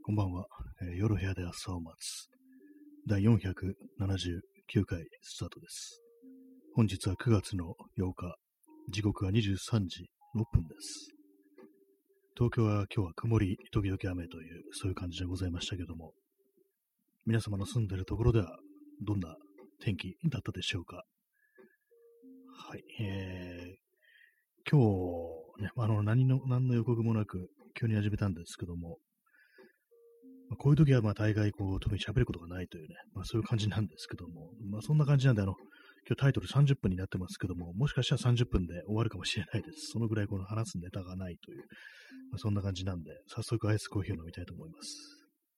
こんばんは、夜部屋で朝を待つ第479回スタートです。本日は9月の8日、時刻は23時6分です。東京は今日は曇り時々雨というそういう感じでございましたけども、皆様の住んでいるところではどんな天気だったでしょうか。はい、今日ね、何の予告もなく急に始めたんですけども、こういう時は大概特に喋ることがないというね、そういう感じなんですけども、そんな感じなんで今日タイトル30分になってますけども、もしかしたら30分で終わるかもしれないです。そのぐらい話すネタがないという、そんな感じなんで、早速アイスコーヒーを飲みたいと思います。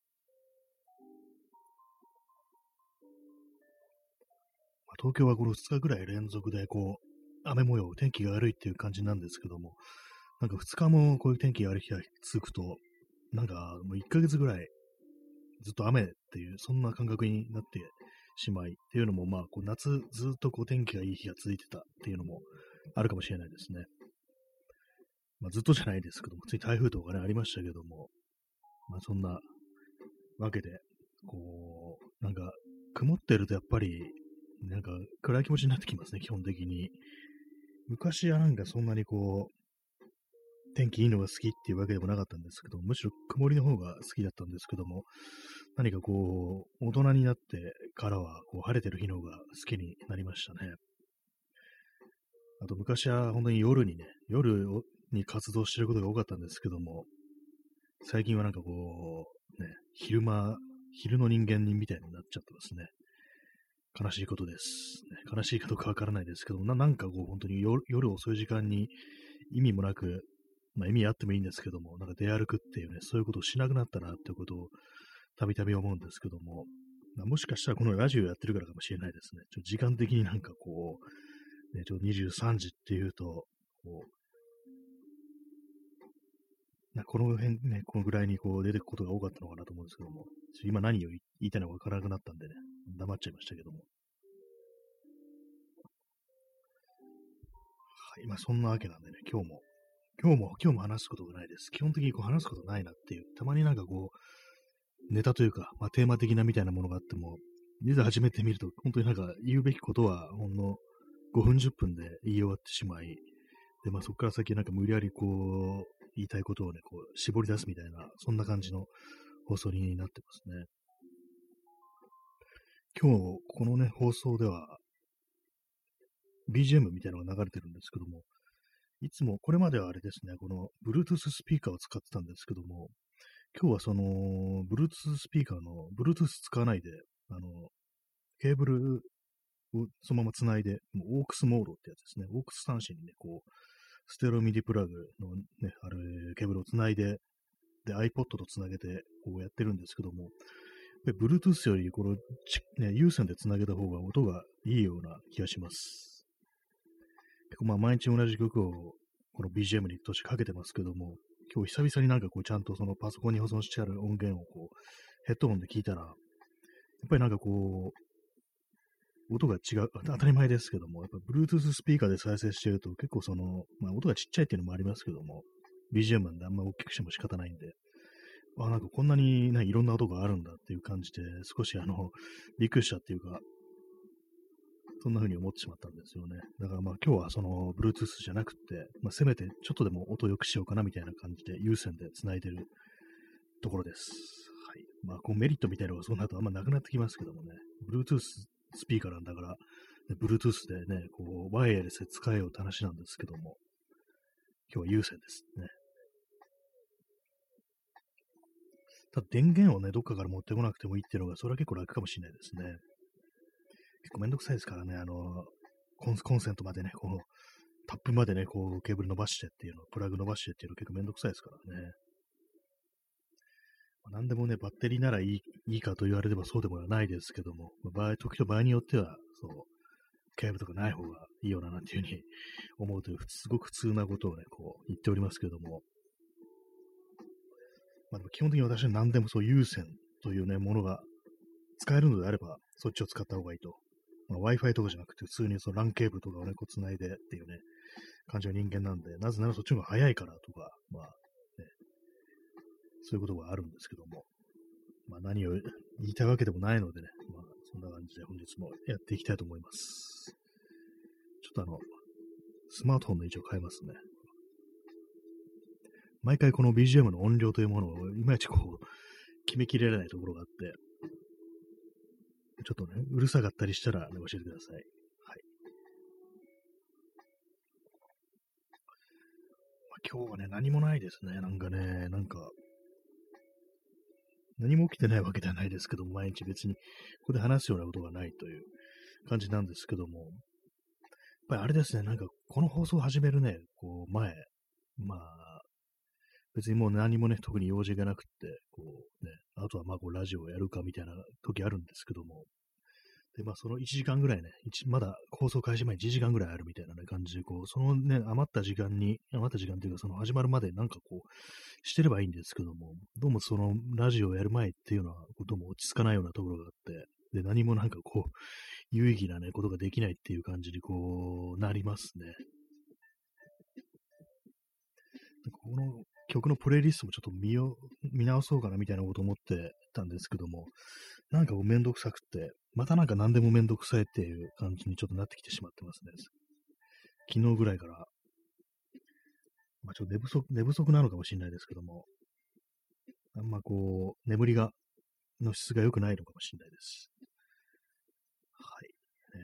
東京はこの2日ぐらい連続で雨模様、天気が悪いっていう感じなんですけども、なんか2日もこういう天気が悪い日が続くと、なんかもう1ヶ月ぐらいずっと雨っていう、そんな感覚になってしまい、っていうのも、夏ずっと天気がいい日が続いてたっていうのもあるかもしれないですね。ずっとじゃないですけども、つい台風とかね、ありましたけども、そんなわけで、なんか、曇ってるとやっぱり、なんか暗い気持ちになってきますね、基本的に。昔はなんかそんなに天気いいのが好きっていうわけでもなかったんですけど、むしろ曇りの方が好きだったんですけども、何か大人になってからは晴れてる日の方が好きになりましたね。あと昔は本当に夜に活動してることが多かったんですけども、最近はなんか昼の人間みたいになっちゃってますね。悲しいことです。悲しいかどうかわからないですけども、なんか本当に夜遅い時間に意味もなく、意味あってもいいんですけども、なんか出歩くっていうね、そういうことをしなくなったなっていうことをたびたび思うんですけども、もしかしたらこのラジオやってるからかもしれないですね。時間的になんか23時っていうと、この辺ね、このぐらいに出てくことが多かったのかなと思うんですけども、今何を言いたいのかわからなくなったんでね、黙っちゃいましたけども。はい、そんなわけなんでね、今日も話すことがないです。基本的に話すことないなっていう、たまになんかネタというか、テーマ的なみたいなものがあっても、いざ始めてみると、本当になんか言うべきことは、ほんの5分10分で言い終わってしまい、で、そこから先なんか無理やり言いたいことをね、絞り出すみたいな、そんな感じの放送になってますね。今日、このね、放送では、BGM みたいなのが流れてるんですけども、いつも、これまではあれですね、この Bluetooth スピーカーを使ってたんですけども、今日はその Bluetooth スピーカーの Bluetooth 使わないで、ケーブルをそのまま繋いで、オークスモードってやつですね。オークス端子にね、ステレオミディプラグのね、ケーブルを繋いで、で、iPod と繋げて、やってるんですけども、やっぱり Bluetooth より、有線で繋げた方が音がいいような気がします。結構毎日同じ曲を、この BGM にとしてかけてますけども、今日久々になんかちゃんとそのパソコンに保存してある音源をヘッドホンで聞いたら、やっぱりなんか音が違う、当たり前ですけども、やっぱ Bluetooth スピーカーで再生してると結構音がちっちゃいっていうのもありますけども、BGM なんであんま大きくしても仕方ないんで、なんかこんなにね、いろんな音があるんだっていう感じで、少しびっくりしたっていうか、そんな風に思ってしまったんですよね。だから今日はその Bluetooth じゃなくて、せめてちょっとでも音良くしようかなみたいな感じで有線で繋いでるところです。はい。メリットみたいなのがそうなるとあんまなくなってきますけどもね、Bluetooth スピーカーなんだから、Bluetooth でね、ワイヤレスで使えようって話なんですけども、今日は有線ですね。ただ電源をね、どっかから持ってこなくてもいいっていうのが、それは結構楽かもしれないですね。結構めんどくさいですからね、コンセントまでね、タップまでね、ケーブル伸ばしてっていうの、プラグ伸ばしてっていうの結構めんどくさいですからね。何でもね、バッテリーならいいかと言われればそうでもないですけども、時と場合によっては、ケーブルとかない方がいいよな、なんていうふうに思うという、すごく普通なことをね、言っておりますけども、でも基本的に私は何でもそう有線というね、ものが使えるのであれば、そっちを使った方がいいと。Wi-Fi とかじゃなくて、普通にその LAN ケーブルとかをね、繋いでっていうね、感じの人間なんで、なぜならそっちの方が早いからとか、ね、そういうことがあるんですけども、 何を言いたいわけでもないのでね、そんな感じで本日もやっていきたいと思います。ちょっとスマートフォンの位置を変えますね。毎回この BGM の音量というものをいまいち決めきれないところがあって、ちょっとね、うるさかったりしたら、ね、教えてください。はい。今日はね、何もないですね。何も起きてないわけではないですけども、毎日別にここで話すようなことがないという感じなんですけども、やっぱりあれですね、この放送を始めるね、前、まあ、別にもう何もね、特に用事がなくって、あとはラジオをやるかみたいな時あるんですけども、で、その1時間ぐらいね、まだ放送開始前に1時間ぐらいあるみたいな、ね、感じで、そのね、余った時間というか、その始まるまでしてればいいんですけども、どうもそのラジオをやる前っていうのは、どうも落ち着かないようなところがあって、で、何も有意義なね、ことができないっていう感じになりますね。この曲のプレイリストもちょっと見直そうかなみたいなこと思ってたんですけども、めんどくさくって、また何でもめんどくさいっていう感じにちょっとなってきてしまってますね。昨日ぐらいから、ちょっと寝不足なのかもしれないですけども、あんま眠りの質が良くないのかもしれないです。はい。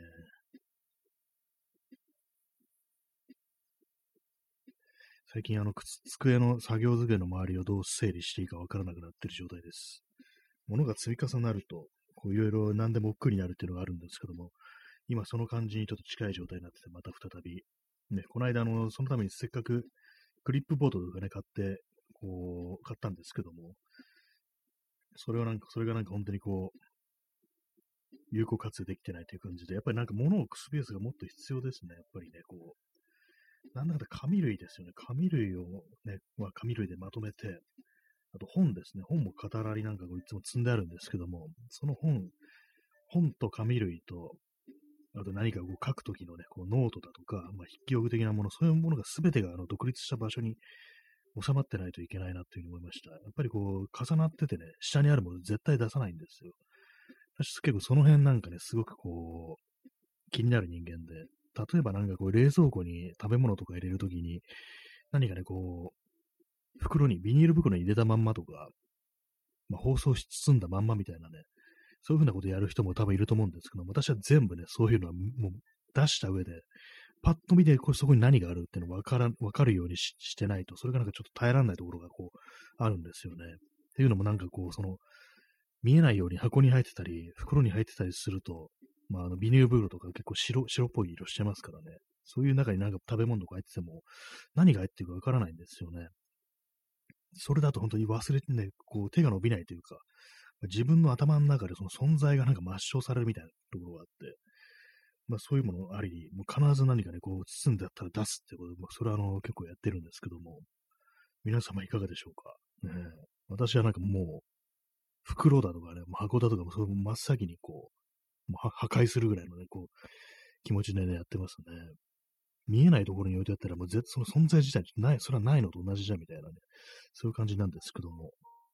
最近机の作業机の周りをどう整理していいかわからなくなっている状態です。物が積み重なると、いろいろ何でも億劫になるっていうのがあるんですけども、今その感じにちょっと近い状態になってて、また再び、ね、この間そのためにせっかくクリップボードとかね、買ったんですけども、それが本当に有効活用できてないという感じで、やっぱり物を置くスペースがもっと必要ですね。やっぱりね、なんだかんだ紙類ですよね。紙類をね、紙類でまとめて、あと本ですね。本も語らりいつも積んであるんですけども、その本と紙類と、あと何か書くときのね、ノートだとか、筆記用具的なもの、そういうものが全てが独立した場所に収まってないといけないなっていうふうに思いました。やっぱり重なっててね、下にあるもの絶対出さないんですよ。私結構その辺すごく気になる人間で、例えば冷蔵庫に食べ物とか入れるときに、何かね、ビニール袋に入れたまんまとか、包装し包んだまんまみたいなね、そういうふうなことやる人も多分いると思うんですけど、私は全部ね、そういうのはもう出した上で、パッと見てそこに何があるっていうのをわかるようにしてないと、それがちょっと耐えられないところがあるんですよね。っていうのも見えないように箱に入ってたり、袋に入ってたりすると、ビニール袋とか結構白っぽい色してますからね。そういう中に食べ物とか入ってても、何が入ってるかわからないんですよね。それだと本当に忘れてね、手が伸びないというか、自分の頭の中でその存在が抹消されるみたいなところがあって、そういうものあり、もう必ず何かね、包んであったら出すってことで、それは結構やってるんですけども、皆様いかがでしょうか。ねえ、私はもう、袋だとかね、箱だとかも、それも真っ先にもう破壊するぐらいのね、気持ちでね、やってますね。見えないところに置いてあったら、もうその存在自体ない、それはないのと同じじゃんみたいなね、そういう感じなんですけども。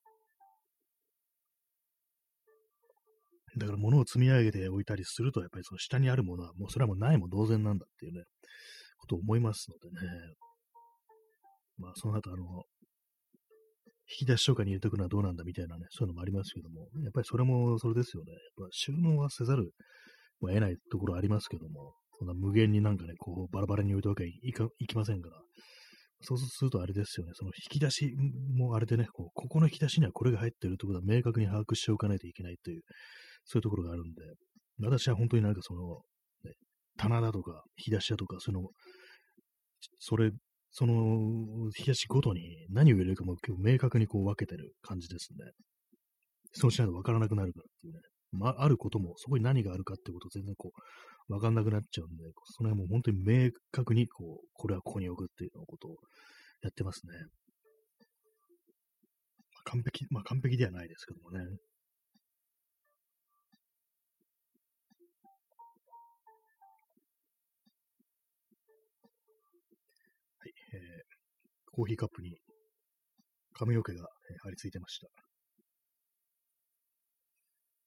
だから物を積み上げておいたりすると、やっぱりその下にあるものは、もうそれはもうないも同然なんだっていうね、ことを思いますのでね。その後引き出しとかに入れとくのはどうなんだみたいなね、そういうのもありますけども、やっぱりそれもそれですよね。やっぱ収納はせざるを得ないところありますけども、そんな無限にバラバラに置いておけばいきませんから。そうするとあれですよね、その引き出しもあれでね、ここの引き出しにはこれが入ってるってことは明確に把握しておかないといけないという、そういうところがあるんで、私は本当にね、棚だとか、引き出しだとか、それ、その引き出しごとに何を入れるかも結構明確に分けてる感じですね。そうしないと分からなくなるからっていうね。あることも、そこに何があるかってこと全然分かんなくなっちゃうんで、その辺も本当に明確にこれはここに置くっていうようなことをやってますね。完璧ではないですけどもね。はい、コーヒーカップに髪の毛が貼り付いてました。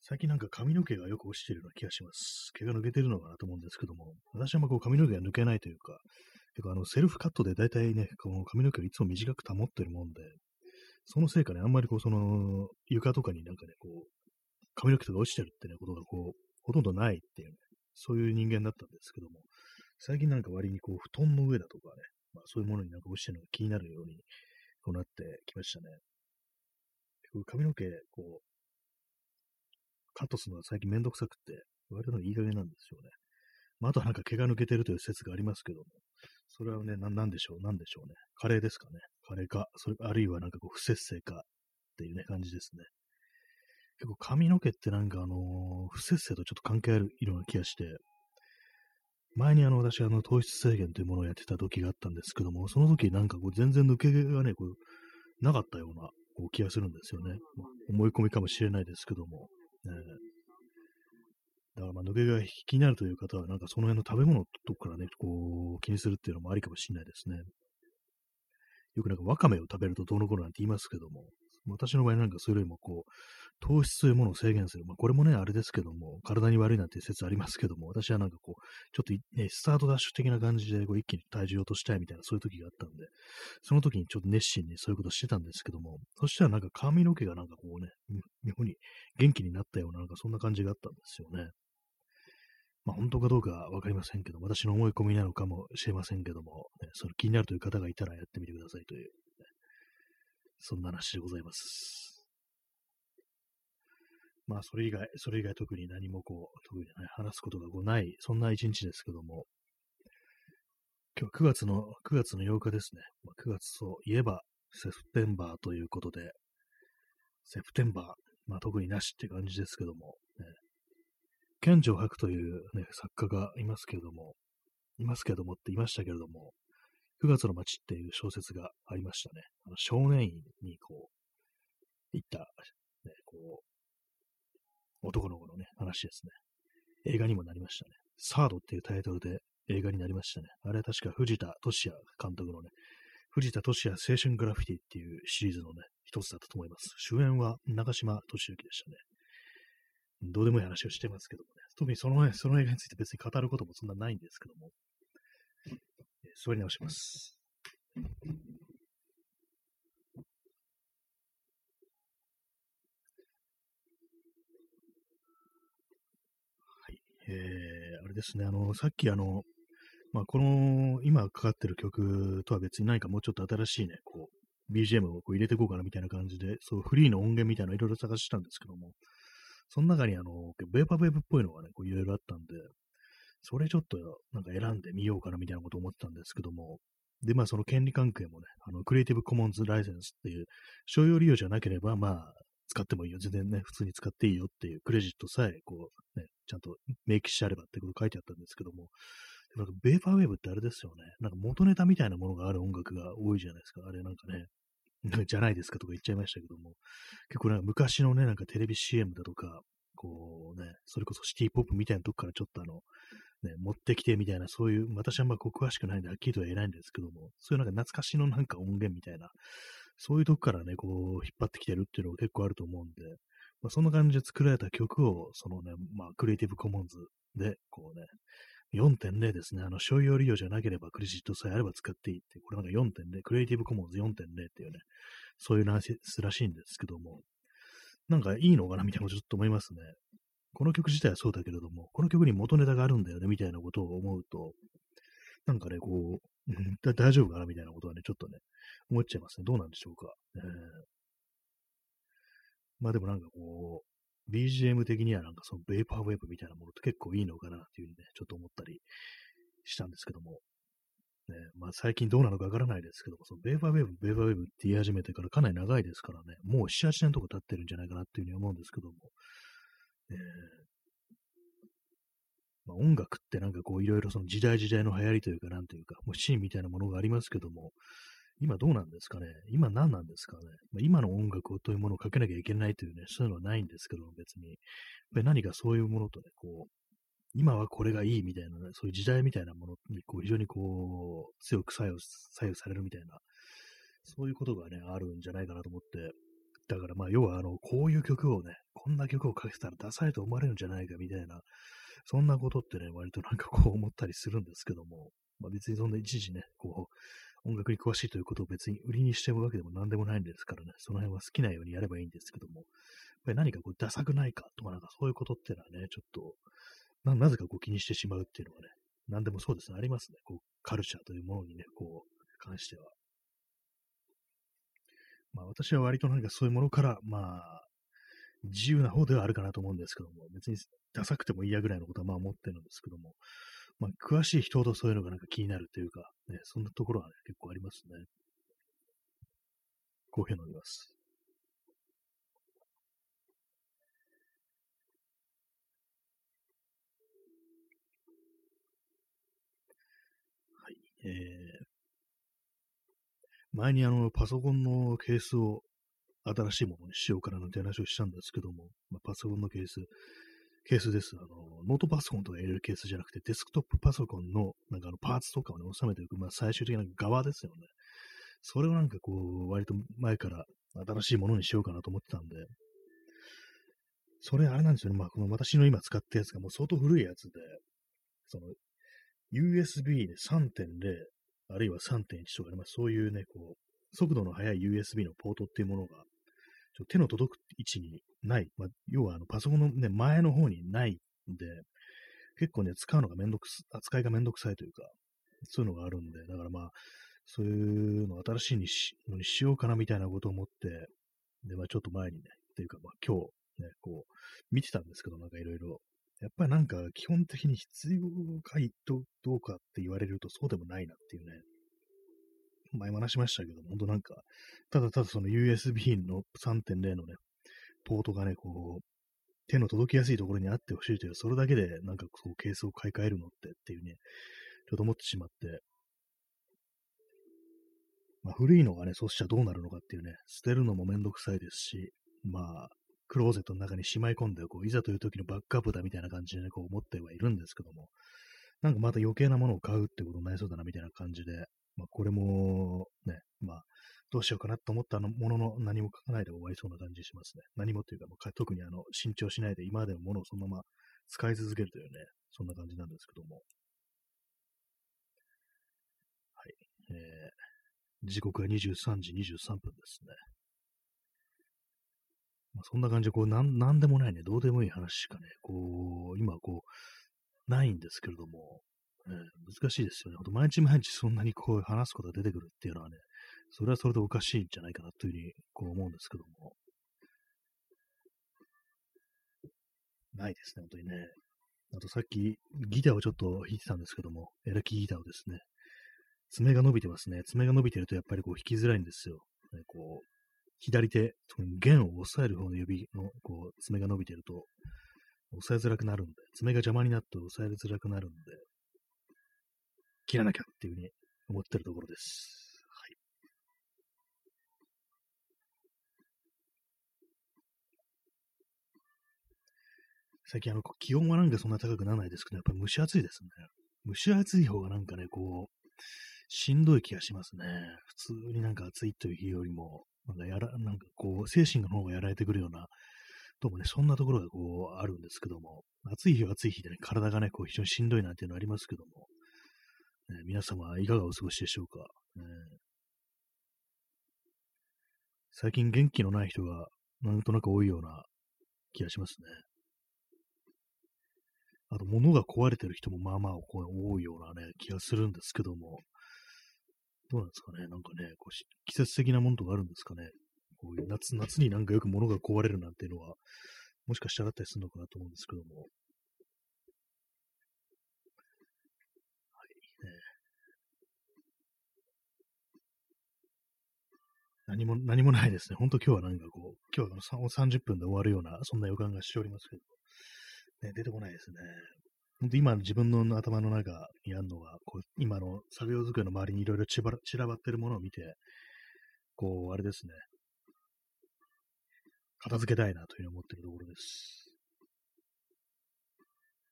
最近なんか髪の毛がよく落ちてるような気がします。毛が抜けてるのかなと思うんですけども、私はこう髪の毛が抜けないというか、結構セルフカットで大体ね、この髪の毛をいつも短く保ってるもんで、そのせいかね、あんまりこう床とかになんかね、こう、髪の毛とか落ちてるってね、ことがこう、ほとんどないっていうね、そういう人間だったんですけども、最近なんか割にこう、布団の上だとかね、まあそういうものになんか落ちてるのが気になるように、こうなってきましたね。結構髪の毛、こう、カットするのは最近めんどくさくって、割といい加減なんですよね。まあ、あとはなんか毛が抜けてるという説がありますけども、それはね、なんでしょう、なんでしょうね。加齢ですかね。加齢か、あるいはなんかこう、不節制かっていうね、感じですね。結構髪の毛ってなんか不節制とちょっと関係あるような気がして、前に私糖質制限というものをやってた時があったんですけども、その時なんかこう全然抜け毛がね、こう、なかったようなこう気がするんですよね。まあ、思い込みかもしれないですけども。だからまあ抜け毛が気になるという方は、なんかその辺の食べ物とかからね、こう気にするっていうのもありかもしれないですね。よくなんかわかめを食べるとどうのこうのなんて言いますけども、私の場合なんかそれよりもこう、糖質というものを制限する。まあこれもね、あれですけども、体に悪いなんていう説ありますけども、私はなんかこう、ちょっとね、スタートダッシュ的な感じでこう一気に体重を落としたいみたいなそういう時があったんで、その時にちょっと熱心にそういうことしてたんですけども、そしたらなんか髪の毛がなんかこうね、妙に元気になったようななんかそんな感じがあったんですよね。まあ、本当かどうかわかりませんけど、私の思い込みなのかもしれませんけども、ね、その気になるという方がいたらやってみてくださいという、ね、そんな話でございます。まあ、それ以外特に何もこう、特に、ね、話すことがこうない、そんな一日ですけども、今日9月の8日ですね。まあ、9月といえば、セプテンバーということで、セプテンバー、まあ、特になしって感じですけども、ね、健城伯という、ね、作家がいますけどもって言いましたけれども、9月の街っていう小説がありましたね。少年院にこう、行った、ね、こう、男の子のね、話ですね。映画にもなりましたね。サードっていうタイトルで映画になりましたね。あれは確か藤田俊也監督のね、藤田俊也青春グラフィティっていうシリーズのね、一つだったと思います。主演は中島俊之でしたね。どうでもいい話をしてますけどもね。特にその映画について別に語ることもそんなないんですけども、座り直します。はい。あれですね、さっきまあ、今かかってる曲とは別に何かもうちょっと新しいね、こう、BGM をこう入れていこうかなみたいな感じで、そう、フリーの音源みたいなのいろいろ探したんですけども、その中にベーパーウェーブっぽいのがね、こういろいろあったんで、それちょっとなんか選んでみようかなみたいなことを思ってたんですけども、で、まあその権利関係もね、クリエイティブコモンズライセンスっていう、商用利用じゃなければ、まあ、使ってもいいよ。全然ね、普通に使っていいよっていうクレジットさえ、こう、ね、ちゃんと明記してあればってこと書いてあったんですけども、でもなんかベーパーウェーブってあれですよね。なんか元ネタみたいなものがある音楽が多いじゃないですか。あれなんかね、じゃないですかとか言っちゃいましたけども、結構なんか昔のね、なんかテレビ CM だとか、こうね、それこそシティポップみたいなとこからちょっとね、持ってきてみたいな、そういう、私はあんま詳しくないんで、はっきりとは言えないんですけども、そういうなんか懐かしのなんか音源みたいな、そういうとこからね、こう、引っ張ってきてるっていうのが結構あると思うんで、まあ、そんな感じで作られた曲を、そのね、まあ、クリエイティブコモンズで、こうね、4.0ですね。商用利用じゃなければクレジットさえあれば使っていいって、これなんか4.0、クリエイティブコモンズ4.0っていうね、そういうらしいんですけども、なんかいいのかなみたいなことちょっと思いますね。この曲自体はそうだけれども、この曲に元ネタがあるんだよね、みたいなことを思うと、なんかね、こう、大丈夫かなみたいなことはね、ちょっとね、思っちゃいますね。どうなんでしょうか。まあでもなんかこう、BGM 的にはなんかそのベーパーウェーブみたいなものって結構いいのかなっていうふうにね、ちょっと思ったりしたんですけども、ね、まあ最近どうなのかわからないですけども、そのベーパーウェーブって言い始めてからかなり長いですからね、もう7、8年とか経ってるんじゃないかなっていうふうに思うんですけども、えーまあ、音楽ってなんかこういろいろその時代時代の流行りというかなんというか、もうシーンみたいなものがありますけども、今どうなんですかね。今何なんですかね。まあ、今の音楽というものをかけなきゃいけないというね、そういうのはないんですけども、別に。やっぱり何かそういうものとね、こう、今はこれがいいみたいなね、そういう時代みたいなものに、こう、非常にこう、強く左右されるみたいな、そういうことがね、あるんじゃないかなと思って、 だからまあ、要はこういう曲をね、こんな曲をかけてたらダサいと思われるんじゃないかみたいな、そんなことってね、割となんかこう思ったりするんですけども、まあ別にそんな一時ね、こう、音楽に詳しいということを別に売りにしてるわけでも何でもないんですからね、その辺は好きなようにやればいいんですけども、やっぱり何かこうダサくないかとかなんかそういうことってのはね、ちょっと、なぜかこう気にしてしまうっていうのはね、何でもそうですね、ありますね。こう、カルチャーというものにね、こう、関しては。まあ私は割となんかそういうものから、まあ、自由な方ではあるかなと思うんですけども、別にダサくても嫌ぐらいのことはまあ思ってるんですけども、まあ詳しい人ほどそういうのがなんか気になるというか、ね、そんなところはね、結構ありますね。コーヒー飲みます。はい。前にパソコンのケースを新しいものにしようかななんて話をしたんですけども、まあ、パソコンのケースです。ノートパソコンとか入れるケースじゃなくて、デスクトップパソコンの、なんかパーツとかをね、収めていく、まあ、最終的な側ですよね。それをなんかこう、割と前から新しいものにしようかなと思ってたんで、それあれなんですよね。まあ、この私の今使ったやつがもう相当古いやつで、その USB で3.0、あるいは3.1とかね、まあ、そういうね、こう、速度の速い USB のポートっていうものが、手の届く位置にない。まあ、要はパソコンのね、前の方にないんで、結構ね、使うのが扱いがめんどくさいというか、そういうのがあるんで、だからまあ、そういうの新しいのにしようかなみたいなことを思って、で、まあちょっと前にね、っていうかまあ今日ね、こう、見てたんですけど、なんかいろいろ。やっぱりなんか基本的に必要かどうかって言われるとそうでもないなっていうね、前も話しましたけど、本当なんか、ただただその USB の3.0のね、ポートがね、こう、手の届きやすいところにあってほしいという、それだけでなんかこうケースを買い替えるのっていうね、ちょっと思ってしまって、まあ、古いのがね、そうしちゃどうなるのかっていうね、捨てるのもめんどくさいですし、まあ、クローゼットの中にしまい込んで、こう、いざという時のバックアップだみたいな感じでね、こう思ってはいるんですけども、なんかまた余計なものを買うってことになりそうだなみたいな感じで、まあ、これも、ね、まあ、どうしようかなと思ったものの何も書かないで終わりそうな感じしますね。何もというか、特に新調しないで今までのものをそのまま使い続けるというね、そんな感じなんですけども。はい。時刻は23時23分ですね。まあ、そんな感じで、こう、なんでもないね、どうでもいい話しかね、こう、今、こう、ないんですけれども、難しいですよね。ほんと、毎日毎日そんなにこう、話すことが出てくるっていうのはね、それはそれでおかしいんじゃないかなというふうに、こう思うんですけども、ないですね、本当にね。あとさっき、ギターをちょっと弾いてたんですけども、エレキギターをですね、爪が伸びてますね。爪が伸びてるとやっぱりこう弾きづらいんですよ。ね、こう、左手、特に弦を押さえる方の指のこう爪が伸びてると、押さえづらくなるんで、爪が邪魔になって押さえづらくなるんで、切らなきゃっていうふうに思ってるところです。はい。最近気温はなんかそんな高くならないですけど、やっぱり蒸し暑いですね。蒸し暑い方がなんかね、こう、しんどい気がしますね。普通になんか暑いという日よりも、なんかこう、精神の方がやられてくるような、どうもね、そんなところがこう、あるんですけども、暑い日は暑い日でね、体がね、こう、非常にしんどいなんていうのありますけども、皆様いかがお過ごしでしょうか。最近元気のない人がなんとなく多いような気がしますね。あと、物が壊れてる人もまあまあこう多いようなね、気がするんですけども、どうなんですかね。なんかね、こう季節的なものとかあるんですかね。こういう夏になんかよく物が壊れるなんていうのは、もしかしたらあったりするのかなと思うんですけども。ね、何もないですね。ほんと今日はなんかこう、今日は30分で終わるような、そんな予感がしておりますけど、ね、出てこないですね。ほんと今自分の頭の中にあるのは、こう、今の作業机の周りにいろいろ散らばってるものを見て、こう、あれですね、片付けたいなというふうに思っているところです。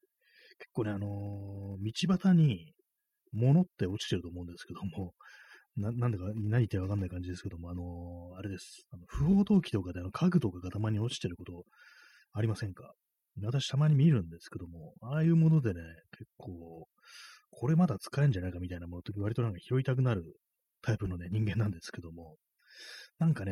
結構ね、道端に物って落ちてると思うんですけども、 なんでか、何言ってるかわかんない感じですけども、あれです。不法投棄とかで家具とかがたまに落ちてることありませんか？私たまに見るんですけども、ああいうものでね、結構、これまだ使えんじゃないかみたいなものって割となんか拾いたくなるタイプのね、人間なんですけども、なんかね、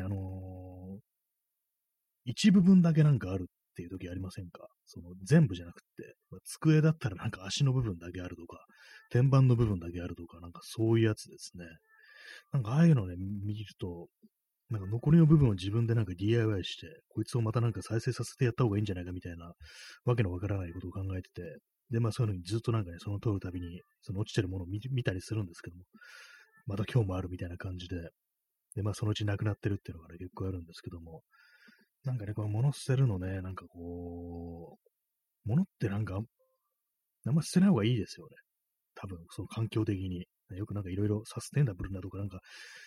一部分だけなんかあるっていう時ありませんか？その全部じゃなくって、机だったらなんか足の部分だけあるとか、天板の部分だけあるとか、なんかそういうやつですね。なんかああいうのね、見ると、なんか残りの部分を自分でなんか DIY して、こいつをまたなんか再生させてやった方がいいんじゃないかみたいな、わけのわからないことを考えてて、で、まあそういうのにずっとなんかね、その通るたびに、その落ちてるものを見たりするんですけども、また今日もあるみたいな感じで、で、まあそのうちなくなってるっていうのがね、結構あるんですけども、なんかね、この物捨てるのね、なんかこう、物ってなんか、あんま捨てない方がいいですよね。多分、その環境的に。よくなんかいろいろサステナブルなとか、なんか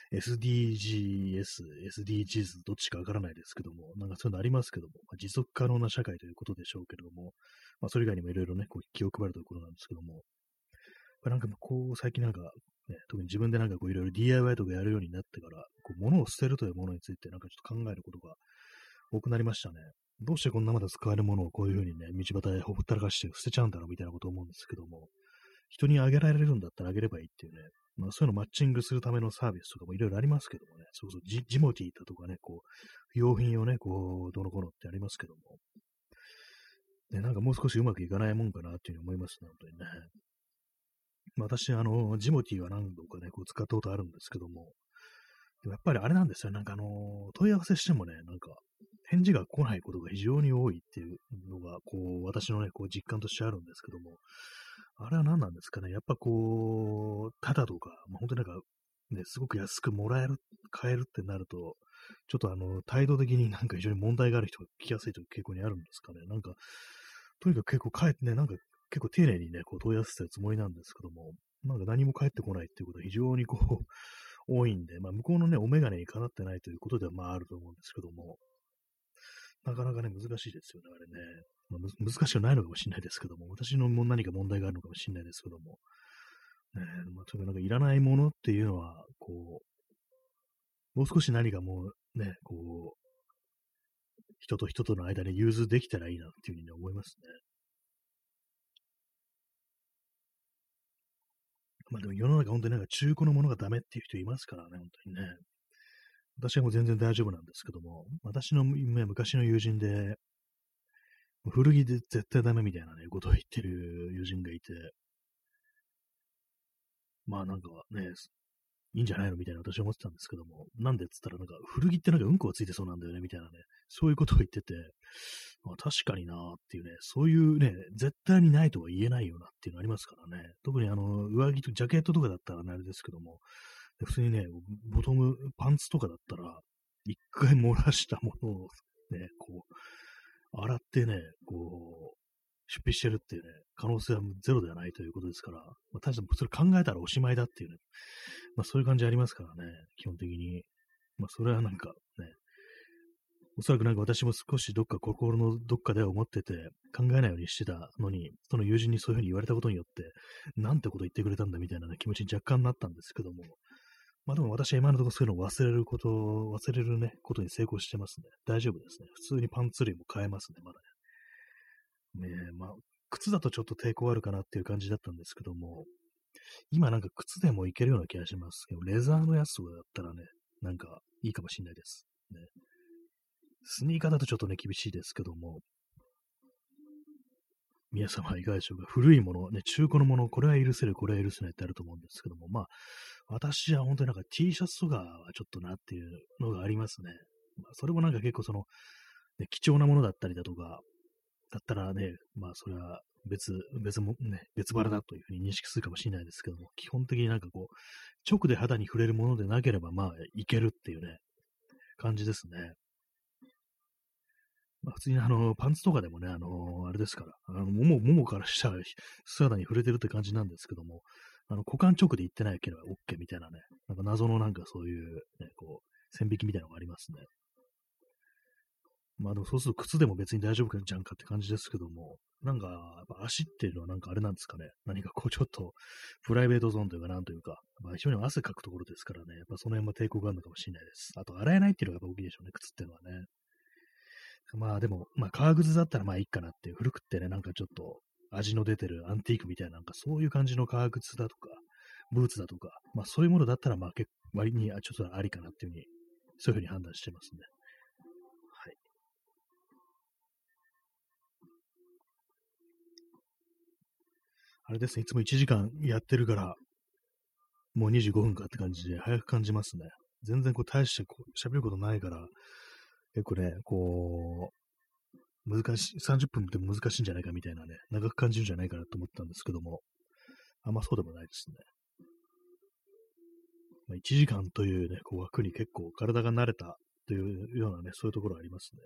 SDGs、SDGs どっちかわからないですけども、なんかそういうのありますけども、まあ、持続可能な社会ということでしょうけれども、まあそれ以外にもいろいろね、こう気を配るということなんですけども、なんかこう最近なんか、ね、特に自分でなんかこういろいろ DIY とかやるようになってから、こう物を捨てるというものについてなんかちょっと考えることが多くなりましたね。どうしてこんなまだ使えるものをこういうふうにね、道端でほったらかして捨てちゃうんだろうみたいなことを思うんですけども、人にあげられるんだったらあげればいいっていうね、まあそういうのをマッチングするためのサービスとかもいろいろありますけどもね、そうそう、ジモティーだとかね、こう、不用品をね、こう、どのこのってありますけども、ね、なんかもう少しうまくいかないもんかなっていうふうに思いますね、本当にね。私、ジモティーは何度かね、こう使ったことあるんですけども、でもやっぱりあれなんですよ。なんか問い合わせしてもね、なんか、返事が来ないことが非常に多いっていうのが、こう、私のね、こう、実感としてあるんですけども、あれは何なんですかね。やっぱこう、ただとか、まあ、本当になんか、ね、すごく安くもらえる、買えるってなると、ちょっと態度的になんか非常に問題がある人が聞きやすいという傾向にあるんですかね。なんか、とにかく結構帰ってね、なんか結構丁寧にね、こう問い合わせてるつもりなんですけども、なんか何も返ってこないっていうことは非常にこう、多いんで、まあ向こうのね、お眼鏡にかなってないということではまああると思うんですけども、なかなかね、難しいですよね、あれね。まあ、難しくないのかもしれないですけども、私のも何か問題があるのかもしれないですけども、ね、まあ、とにかくなんかいらないものっていうのは、こう、もう少し何かもうね、こう、人と人との間で融通できたらいいなっていうふうにね、思いますね。まあでも世の中本当になんか中古のものがダメっていう人いますからね、本当にね。私はもう全然大丈夫なんですけども、私の昔の友人で、古着で絶対ダメみたいなね、ことを言ってる友人がいて、まあなんかね、いいんじゃないのみたいな私は思ってたんですけども、なんでっつったらなんか古着ってなんかうんこがついてそうなんだよねみたいなね、そういうことを言ってて、まあ、確かになーっていうね、そういうね、絶対にないとは言えないよなっていうのありますからね。特に上着とジャケットとかだったらね、あれですけども、普通にね、ボトム、パンツとかだったら、一回漏らしたものをね、こう、洗ってね、こう、出費してるっていうね、可能性はゼロではないということですから、まあ、確かにそれ考えたらおしまいだっていうね、まあそういう感じありますからね、基本的に。まあそれはなんかね、おそらくなんか私も少しどっか心のどっかでは思ってて考えないようにしてたのに、その友人にそういうふうに言われたことによって、なんてこと言ってくれたんだみたいな、ね、気持ちに若干なったんですけども、まあでも私は今のところそういうのを忘れるね、ことに成功してますね。大丈夫ですね。普通にパンツ類も買えますね、まだね。ねえ、まあ、靴だとちょっと抵抗あるかなっていう感じだったんですけども、今なんか靴でもいけるような気がします。でもレザーのやつとかだったらね、なんかいいかもしれないです。ね、スニーカーだとちょっとね、厳しいですけども、皆様はいかがでしょうか。古いもの、ね、中古のもの、これは許せる、これは許せないってあると思うんですけども、まあ、私は本当になんか T シャツとかはちょっとなっていうのがありますね。まあ、それもなんか結構その、ね、貴重なものだったりだとか、だったらね、まあそれは別もね、別腹だというふうに認識するかもしれないですけども、基本的になんかこう、直で肌に触れるものでなければ、まあいけるっていうね、感じですね。まあ、普通にパンツとかでもね、あれですから、ももから下は素肌に触れてるって感じなんですけども、股間直で言ってないければ OK みたいなね、なんか謎のなんかそういう、ね、こう、線引きみたいなのがありますね。 まあでもそうすると靴でも別に大丈夫じゃんかって感じですけども、なんか、やっぱ足っていうのはなんかあれなんですかね。何かこうちょっとプライベートゾーンというかなんというか、まあ非常に汗かくところですからね、やっぱその辺も抵抗があるのかもしれないです。あと洗えないっていうのがやっぱ大きいでしょうね、靴っていうのはね。まあでも、まあ革靴だったらまあいいかなっていう、古くってね、なんかちょっと味の出てるアンティークみたいな、なんかそういう感じの革靴だとか、ブーツだとか、まあそういうものだったらまあ割にちょっとありかなっていうふうに、そういうふうに判断してますね。はい。あれですね、いつも1時間やってるから、もう25分かって感じで早く感じますね。全然こう大してこう喋ることないから、結構ね、こう、難しい、30分でも難しいんじゃないかみたいなね、長く感じるんじゃないかなと思ったんですけども、あんまそうでもないですね。まあ、1時間というね、こう枠に結構体が慣れたというようなね、そういうところありますね。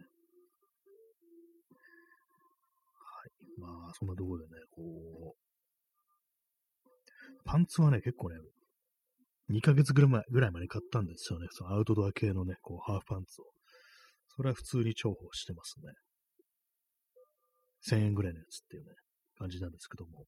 はい。まあ、そんなところでね、こう、パンツはね、結構ね、2ヶ月ぐらい前に買ったんですよね。そのアウトドア系のね、こう、ハーフパンツを。それは普通に重宝してますね。1000円ぐらいのやつっていうね、感じなんですけども。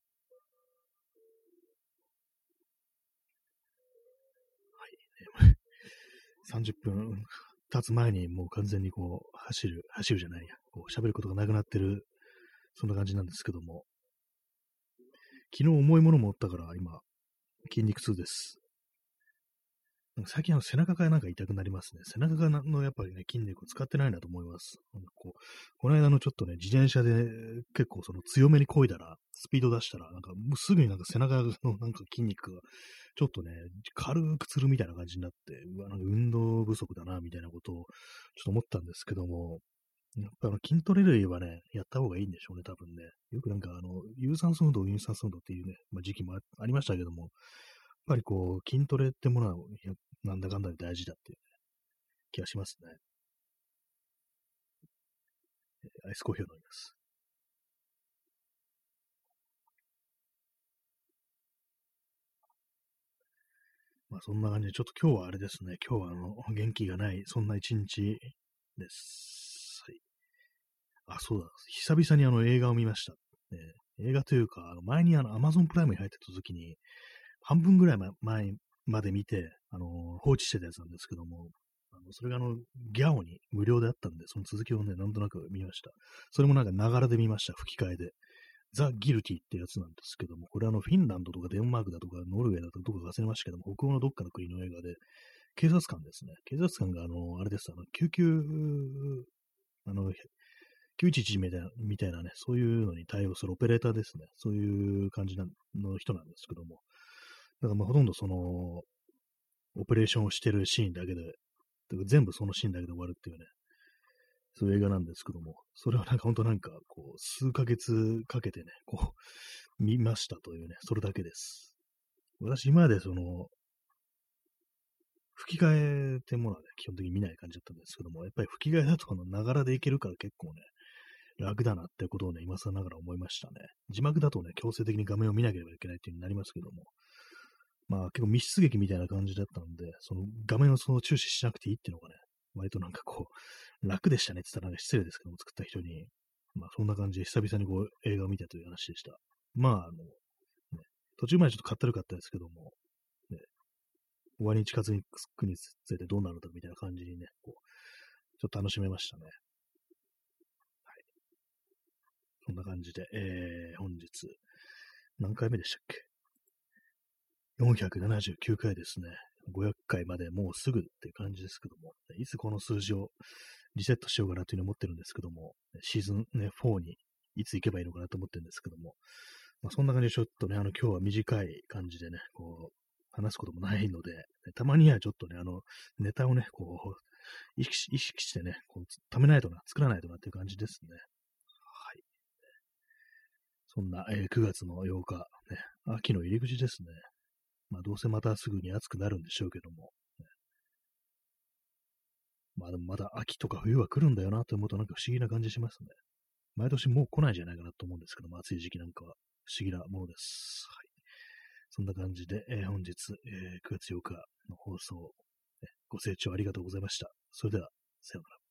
はい。30分経つ前にもう完全にこう、走るじゃないや、こう、喋ることがなくなってる、そんな感じなんですけども。昨日重いもの持ったから今、筋肉痛です。なんか最近背中がなんか痛くなりますね。背中がのやっぱりね、筋肉を使ってないなと思います。なんかこう、この間のちょっとね、自転車で結構その強めに漕いだら、スピード出したら、なんかもうすぐになんか背中のなんか筋肉がちょっとね、軽くつるみたいな感じになって、うわ、なんか運動不足だな、みたいなことをちょっと思ったんですけども、やっぱ筋トレ類はね、やった方がいいんでしょうね、多分ね。よくなんか有酸素運動、有酸素運動っていうね、まあ、時期もありましたけども、やっぱりこう、筋トレってものは、なんだかんだで大事だっていう気がしますね。アイスコーヒーを飲みます。まあそんな感じで、ちょっと今日はあれですね、今日は元気がない、そんな一日です。はい。あ、そうだ。久々に映画を見ました。映画というか、前にAmazon プライムに入ってた時に、半分ぐらい前まで見て、放置してたやつなんですけども、それがギャオに無料であったんで、その続きをね、なんとなく見ました。それもなんかながらで見ました、吹き替えで。ザ・ギルティってやつなんですけども、これフィンランドとかデンマークだとかノルウェーだとかどこか忘れましたけども、北欧のどっかの国の映画で、警察官ですね。警察官があれです、救急、あの、911みたいなね、そういうのに対応するオペレーターですね。そういう感じの人なんですけども。だからまあほとんどオペレーションをしてるシーンだけで、全部そのシーンだけで終わるっていうね、そういう映画なんですけども、それはなんか本当なんか、こう、数ヶ月かけてね、こう、見ましたというね、それだけです。私、今まで吹き替えってものはね、基本的に見ない感じだったんですけども、やっぱり吹き替えだとながらでいけるから結構ね、楽だなってことをね、今更ながら思いましたね。字幕だとね、強制的に画面を見なければいけないっていう風になりますけども、まあ結構密室劇みたいな感じだったんで、その画面を注視しなくていいっていうのがね、割となんかこう、楽でしたねって言ったらなんか失礼ですけども、作った人に。まあそんな感じで久々にこう映画を見たという話でした。まあね、途中までちょっとかったるかったですけども、ね、終わりに近づくにつれてどうなるんだみたいな感じにね、こう、ちょっと楽しめましたね。はい。そんな感じで、本日、何回目でしたっけ？ 479 回ですね。500回までもうすぐっていう感じですけども、いつこの数字をリセットしようかなというふうに思ってるんですけども、シーズン、ね、4にいつ行けばいいのかなと思ってるんですけども、まあ、そんな感じでちょっとね、今日は短い感じでね、こう、話すこともないので、たまにはちょっとね、ネタをね、こう、意識してね、こう、作らないとなっていう感じですね。はい。そんな、9月の8日、ね、秋の入り口ですね。まあ、どうせまたすぐに暑くなるんでしょうけども、ね、まあでもまだ秋とか冬は来るんだよなと思うとなんか不思議な感じしますね。毎年もう来ないんじゃないかなと思うんですけども、暑い時期なんかは不思議なものです。はい。そんな感じで、本日、9月8日の放送、ご清聴ありがとうございました。それでは、さようなら。